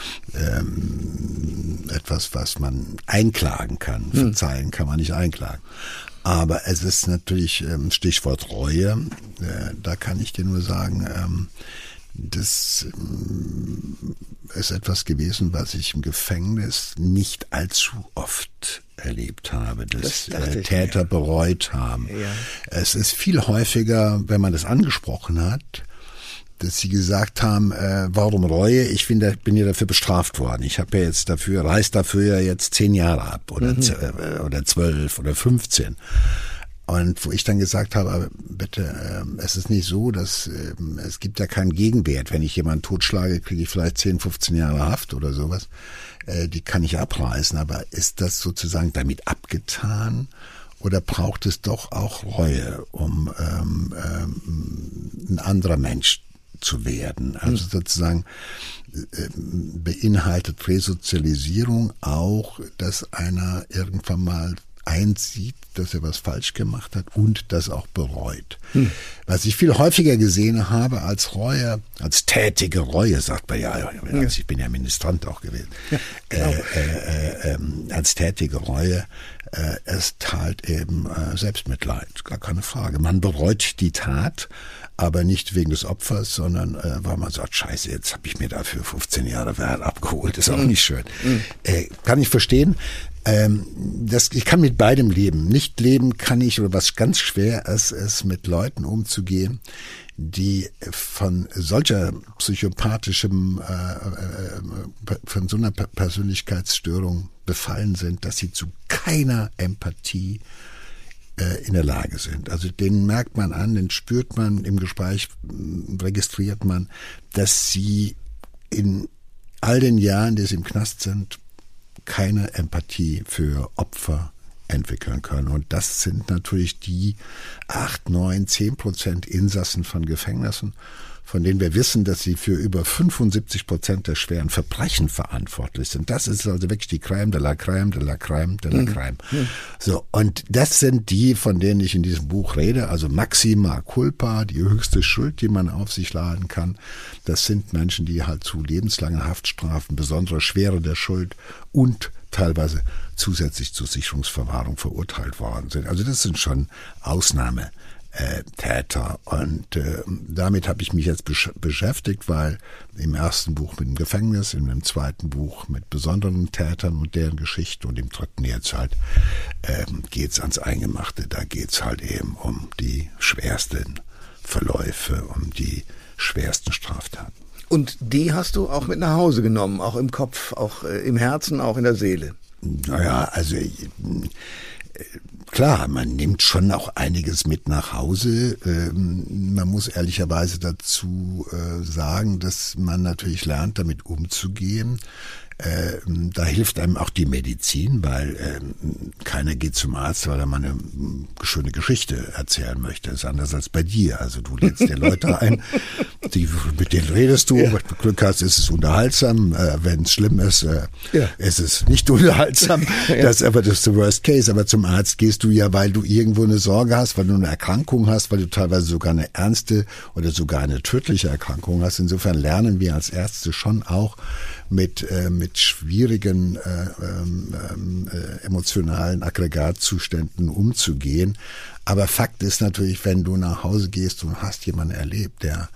etwas, was man einklagen kann. Verzeihen kann man nicht einklagen. Aber es ist natürlich Stichwort Reue. Da kann ich dir nur sagen, das ist etwas gewesen, was ich im Gefängnis nicht allzu oft erlebt habe, dass Täter bereut haben. Ja. Es ist viel häufiger, wenn man das angesprochen hat, dass sie gesagt haben, warum Reue? Ich bin ja dafür bestraft worden. Ich habe ja jetzt reiß dafür ja jetzt 10 Jahre ab oder 12 oder 15. Und wo ich dann gesagt habe, bitte, es ist nicht so, dass es gibt ja keinen Gegenwert. Wenn ich jemanden totschlage, kriege ich vielleicht 10, 15 Jahre Haft oder sowas. Die kann ich abreißen. Aber ist das sozusagen damit abgetan? Oder braucht es doch auch Reue, um ein anderer Mensch zu werden? Also sozusagen beinhaltet Resozialisierung auch, dass einer irgendwann mal einsieht, dass er was falsch gemacht hat und das auch bereut. Was ich viel häufiger gesehen habe als Reue, als tätige Reue, sagt man ja, also ich bin ja Ministrant auch gewesen, genau. Als tätige Reue ist halt eben Selbstmitleid, gar keine Frage. Man bereut die Tat, aber nicht wegen des Opfers, sondern weil man sagt, scheiße, jetzt habe ich mir dafür 15 Jahre Wert abgeholt, ist auch nicht schön. Kann ich verstehen. Ich kann mit beidem leben. Nicht leben kann ich, oder was ganz schwer ist mit Leuten umzugehen, die von solcher psychopathischem, von so einer Persönlichkeitsstörung befallen sind, dass sie zu keiner Empathie in der Lage sind. Also den merkt man an, den spürt man im Gespräch, registriert man, dass sie in all den Jahren, die sie im Knast sind, keine Empathie für Opfer entwickeln können. Und das sind natürlich die 8, 9, 10% Insassen von Gefängnissen, von denen wir wissen, dass sie für über 75% der schweren Verbrechen verantwortlich sind. Das ist also wirklich die Crème de la Crème de la Crème de la Crème. So, und das sind die, von denen ich in diesem Buch rede, also Maxima Culpa, die höchste Schuld, die man auf sich laden kann. Das sind Menschen, die halt zu lebenslangen Haftstrafen, besondere Schwere der Schuld und teilweise zusätzlich zur Sicherungsverwahrung verurteilt worden sind. Also das sind schon Ausnahmetäter. Und damit habe ich mich jetzt beschäftigt, weil im ersten Buch mit dem Gefängnis, in dem zweiten Buch mit besonderen Tätern und deren Geschichte und im dritten jetzt halt geht's ans Eingemachte. Da geht's halt eben um die schwersten Verläufe, um die schwersten Straftaten. Und die hast du auch mit nach Hause genommen, auch im Kopf, auch im Herzen, auch in der Seele? Naja, also klar, man nimmt schon auch einiges mit nach Hause. Man muss ehrlicherweise dazu sagen, dass man natürlich lernt, damit umzugehen. Da hilft einem auch die Medizin, weil keiner geht zum Arzt, weil er mal eine schöne Geschichte erzählen möchte. Das ist anders als bei dir. Also du lädst dir Leute ein, mit denen redest du. Ja. Wenn du Glück hast, ist es unterhaltsam. Wenn es schlimm ist, ist es nicht unterhaltsam. Ja. Das ist aber das ist der Worst Case. Aber zum Arzt gehst du ja, weil du irgendwo eine Sorge hast, weil du eine Erkrankung hast, weil du teilweise sogar eine ernste oder sogar eine tödliche Erkrankung hast. Insofern lernen wir als Ärzte schon auch mit schwierigen emotionalen Aggregatzuständen umzugehen. Aber Fakt ist natürlich, wenn du nach Hause gehst und hast jemanden erlebt, der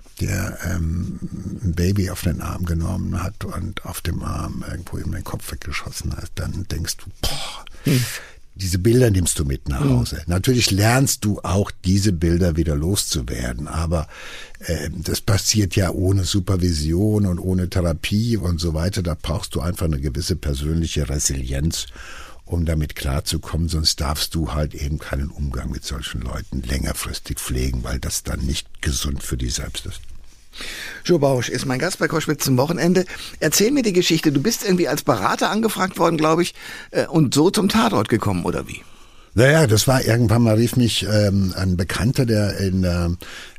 ein Baby auf den Arm genommen hat und auf dem Arm irgendwo ihm den Kopf weggeschossen hat, dann denkst du, diese Bilder nimmst du mit nach Hause. Natürlich lernst du auch, diese Bilder wieder loszuwerden, aber das passiert ja ohne Supervision und ohne Therapie und so weiter. Da brauchst du einfach eine gewisse persönliche Resilienz, um damit klarzukommen, sonst darfst du halt eben keinen Umgang mit solchen Leuten längerfristig pflegen, weil das dann nicht gesund für dich selbst ist. Joe Bausch ist mein Gast bei Koschwitz zum Wochenende. Erzähl mir die Geschichte. Du bist irgendwie als Berater angefragt worden, glaube ich, und so zum Tatort gekommen, oder wie? Naja, das war irgendwann mal, rief mich ein Bekannter, der in der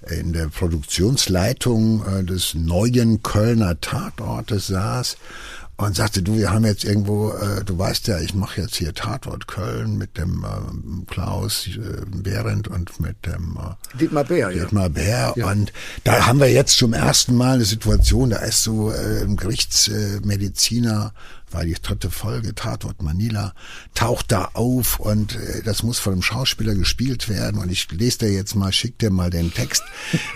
Produktionsleitung des neuen Kölner Tatortes saß und sagte, du, wir haben jetzt irgendwo, du weißt ja, ich mache jetzt hier Tatort Köln mit dem Klaus Behrendt und mit dem Dietmar Bär. Dietmar Bär. Ja. Und da haben wir jetzt zum ersten Mal eine Situation, da ist so ein Gerichtsmediziner, war die 3. Folge, Tatort Manila, taucht da auf und das muss von einem Schauspieler gespielt werden und ich lese dir jetzt mal, schick dir mal den Text.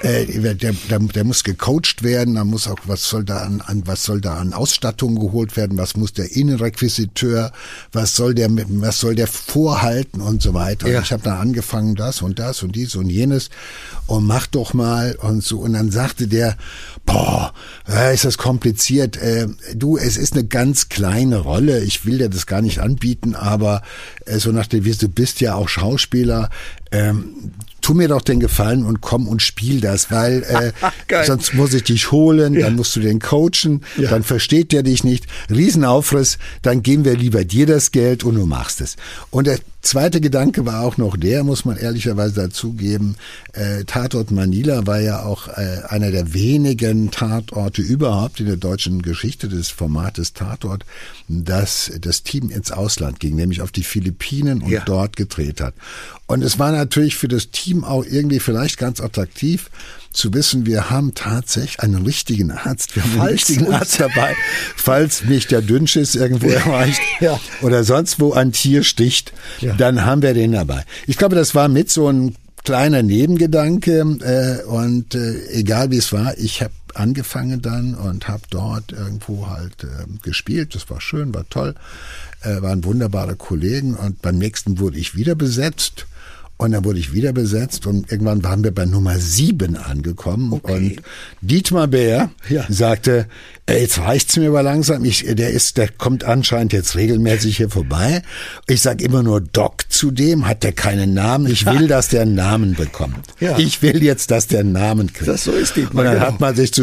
Der muss gecoacht werden, da muss auch, was soll da an Ausstattung geholt werden, was muss der Innenrequisiteur, was soll der vorhalten und so weiter. Ja. Und ich habe dann angefangen, das und dies und jenes und mach doch mal und so. Und dann sagte der, ist das kompliziert. Du, es ist eine ganz klare kleine Rolle. Ich will dir das gar nicht anbieten, aber so nach dem, du bist ja auch Schauspieler, tu mir doch den Gefallen und komm und spiel das, weil sonst muss ich dich holen, dann musst du den coachen, dann versteht der dich nicht. Riesenaufriss, dann geben wir lieber dir das Geld und du machst es. Und der zweite Gedanke war auch noch der, muss man ehrlicherweise dazugeben, Tatort Manila war ja auch einer der wenigen Tatorte überhaupt in der deutschen Geschichte des Formates Tatort, dass das Team ins Ausland ging, nämlich auf die Philippinen und dort gedreht hat. Und es war natürlich für das Team auch irgendwie vielleicht ganz attraktiv zu wissen, wir haben tatsächlich einen richtigen Arzt, wir haben einen richtigen Arzt dabei, falls mich der Dünnschiss irgendwo erreicht oder sonst wo ein Tier sticht, dann haben wir den dabei. Ich glaube, das war mit so ein kleiner Nebengedanke und egal wie es war, ich habe angefangen dann und habe dort irgendwo halt gespielt. Das war schön, war toll, waren wunderbare Kollegen und beim nächsten wurde ich wieder besetzt. Und dann wurde ich wieder besetzt und irgendwann waren wir bei Nummer 7 angekommen. Okay. Und Dietmar Bär sagte, jetzt reicht's mir aber langsam. Der kommt anscheinend jetzt regelmäßig hier vorbei. Ich sag immer nur Doc zu dem, hat der keinen Namen. Ich will, dass der einen Namen bekommt. Ja. Ich will jetzt, dass der einen Namen kriegt. Das so ist Dietmar. Und dann hat man sich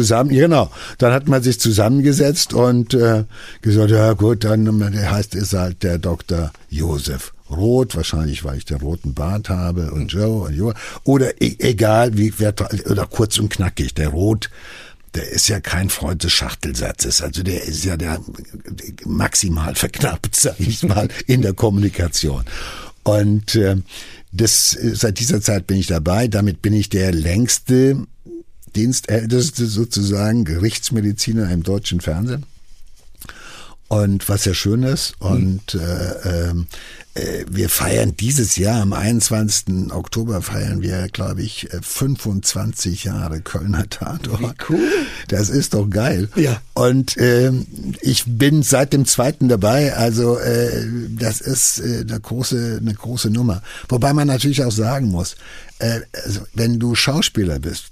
zusammengesetzt und gesagt, ja gut, dann heißt es halt der Dr. Josef Roth, wahrscheinlich, weil ich den roten Bart habe und Joe und Joe. Oder egal, oder kurz und knackig. Der Roth, der ist ja kein Freund des Schachtelsatzes. Also der ist ja der maximal verknappt, sag ich mal, in der Kommunikation. Und seit dieser Zeit bin ich dabei. Damit bin ich der längste, dienstälteste sozusagen Gerichtsmediziner im deutschen Fernsehen. Und was ja schön ist. Und wir feiern dieses Jahr, am 21. Oktober feiern wir, glaube ich, 25 Jahre Kölner Tatort. Wie cool. Das ist doch geil. Ja. Und ich bin seit dem 2. dabei, also das ist eine große Nummer. Wobei man natürlich auch sagen muss, also wenn du Schauspieler bist,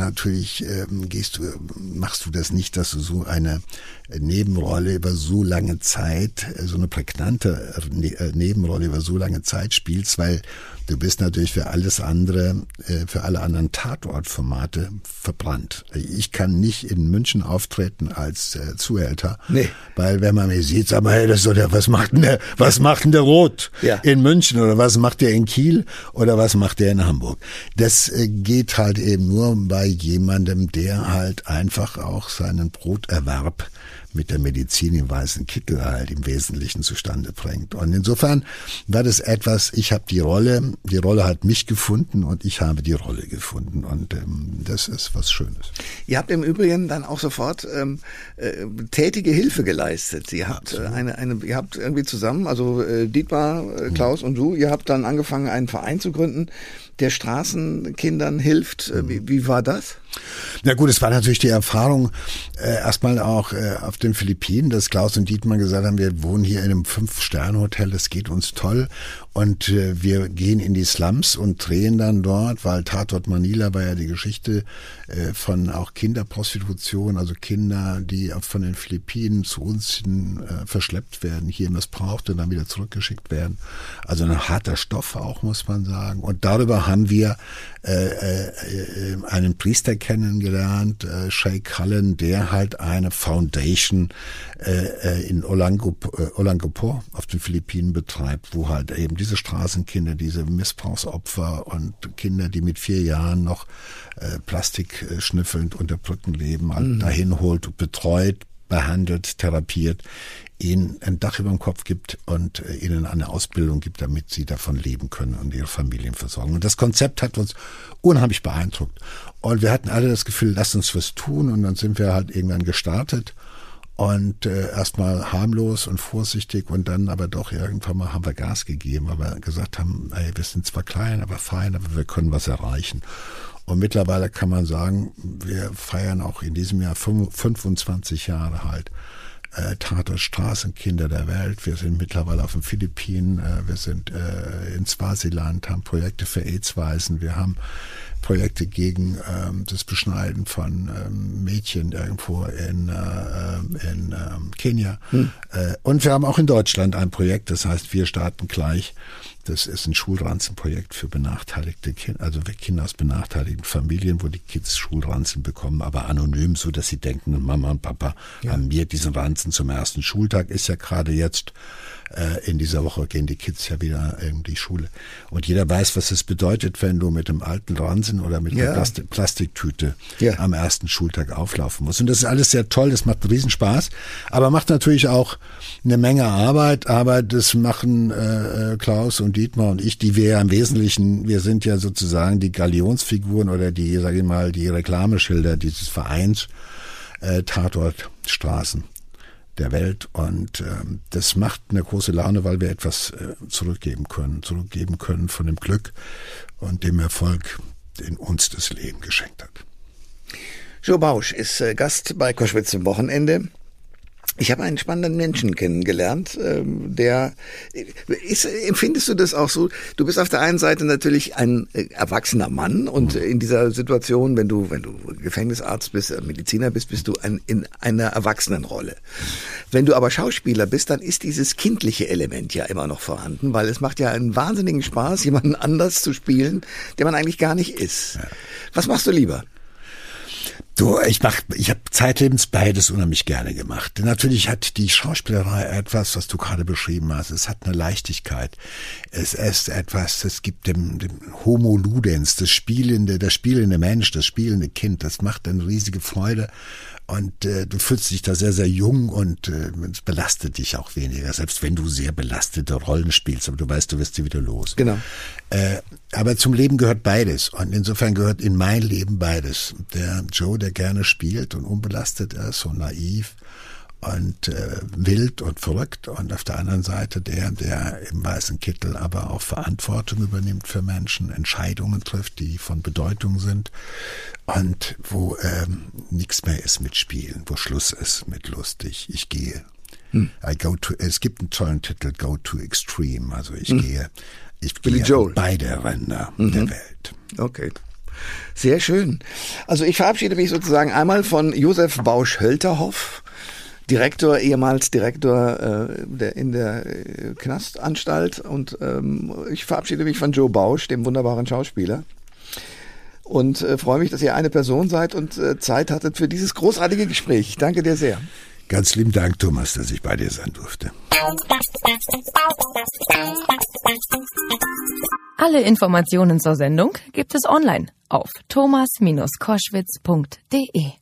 machst du das nicht, dass du so eine Nebenrolle über so lange Zeit, so eine prägnante Nebenrolle über so lange Zeit spielst, weil du bist natürlich für alles andere, für alle anderen Tatortformate verbrannt. Ich kann nicht in München auftreten als Zuhälter, weil wenn man mich sieht, sag mal, hey, das ist doch was macht denn der Roth in München oder was macht der in Kiel oder was macht der in Hamburg? Das geht halt eben nur bei jemandem, der halt einfach auch seinen Broterwerb mit der Medizin im weißen Kittel halt im Wesentlichen zustande bringt. Und insofern war das etwas, ich habe die Rolle hat mich gefunden und ich habe die Rolle gefunden und das ist was Schönes. Ihr habt im Übrigen dann auch sofort tätige Hilfe geleistet. Ihr habt ihr habt irgendwie zusammen, also Dietmar, Klaus und du, ihr habt dann angefangen, einen Verein zu gründen, der Straßenkindern hilft. Wie war das? Na gut, es war natürlich die Erfahrung erstmal auch auf den Philippinen, dass Klaus und Dietmar gesagt haben, wir wohnen hier in einem 5-Sterne-Hotel, das geht uns toll und wir gehen in die Slums und drehen dann dort, weil Tatort Manila war ja die Geschichte von auch Kinderprostitution, also Kinder, die von den Philippinen zu uns hin verschleppt werden, hier missbraucht und dann wieder zurückgeschickt werden. Also ein harter Stoff auch, muss man sagen. Und darüber haben wir einen Priester kennengelernt, Sheikh Cullen, der halt eine Foundation in Olongapo auf den Philippinen betreibt, wo halt eben diese Straßenkinder, diese Missbrauchsopfer und Kinder, die mit 4 Jahren noch Plastik schnüffelnd unter Brücken leben, halt dahin holt, betreut, behandelt, therapiert, ihnen ein Dach über dem Kopf gibt und ihnen eine Ausbildung gibt, damit sie davon leben können und ihre Familien versorgen. Und das Konzept hat uns unheimlich beeindruckt. Und wir hatten alle das Gefühl, lasst uns was tun. Und dann sind wir halt irgendwann gestartet und erstmal harmlos und vorsichtig und dann aber doch irgendwann mal haben wir Gas gegeben, weil wir gesagt haben, ey, wir sind zwar klein, aber fein, aber wir können was erreichen. Und mittlerweile kann man sagen, wir feiern auch in diesem Jahr 25 Jahre halt Tatort Straßenkinder der Welt. Wir sind mittlerweile auf den Philippinen, wir sind in Swasiland, haben Projekte für AIDS-Waisen, wir haben Projekte gegen das Beschneiden von Mädchen irgendwo in Kenia. Und wir haben auch in Deutschland ein Projekt, das heißt Wir starten gleich. Das ist ein Schulranzenprojekt für benachteiligte Kinder, also Kinder aus benachteiligten Familien, wo die Kids Schulranzen bekommen, aber anonym, so dass sie denken, Mama und Papa haben mir diesen Ranzen zum ersten Schultag. Ist ja gerade jetzt in dieser Woche gehen die Kids ja wieder in die Schule. Und jeder weiß, was es bedeutet, wenn du mit dem alten Ranzen oder mit einer Plastiktüte am ersten Schultag auflaufen musst. Und das ist alles sehr toll, das macht einen Riesenspaß, aber macht natürlich auch eine Menge Arbeit. Aber das machen Klaus und Dietmar und ich, die wir ja im Wesentlichen, wir sind ja sozusagen die Galionsfiguren oder die, sage ich mal, die Reklameschilder dieses Vereins Tatortstraßen der Welt, und das macht eine große Laune, weil wir etwas zurückgeben können von dem Glück und dem Erfolg, den uns das Leben geschenkt hat. Joe Bausch ist Gast bei Koschwitz zum Wochenende. Ich habe einen spannenden Menschen kennengelernt, empfindest du das auch so? Du bist auf der einen Seite natürlich ein erwachsener Mann und in dieser Situation, wenn du Gefängnisarzt bist, Mediziner bist, bist du in einer Erwachsenenrolle. Wenn du aber Schauspieler bist, dann ist dieses kindliche Element ja immer noch vorhanden, weil es macht ja einen wahnsinnigen Spaß, jemanden anders zu spielen, der man eigentlich gar nicht ist. Ja. Was machst du lieber? Du, ich habe zeitlebens beides unheimlich gerne gemacht. Natürlich hat die Schauspielerei etwas, was du gerade beschrieben hast. Es hat eine Leichtigkeit. Es ist etwas, das gibt dem Homo Ludens, der spielende Mensch, das spielende Kind. Das macht eine riesige Freude. Und du fühlst dich da sehr, sehr jung und es belastet dich auch weniger, selbst wenn du sehr belastete Rollen spielst, aber du weißt, du wirst sie wieder los. Genau. Aber zum Leben gehört beides und insofern gehört in mein Leben beides. Der Joe, der gerne spielt und unbelastet ist und naiv und wild und verrückt, und auf der anderen Seite der im weißen Kittel aber auch Verantwortung übernimmt für Menschen, Entscheidungen trifft, die von Bedeutung sind und wo nichts mehr ist mit Spielen, wo Schluss ist mit lustig. Ich gehe. Es gibt einen tollen Titel, Go to Extreme, also ich gehe an beide Ränder der Welt. Okay. Sehr schön. Also ich verabschiede mich sozusagen einmal von Josef Bausch-Hölterhoff, ehemals Direktor in der Knastanstalt, und ich verabschiede mich von Joe Bausch, dem wunderbaren Schauspieler, und freue mich, dass ihr eine Person seid und Zeit hattet für dieses großartige Gespräch. Ich danke dir sehr. Ganz lieben Dank, Thomas, dass ich bei dir sein durfte. Alle Informationen zur Sendung gibt es online auf thomas-koschwitz.de.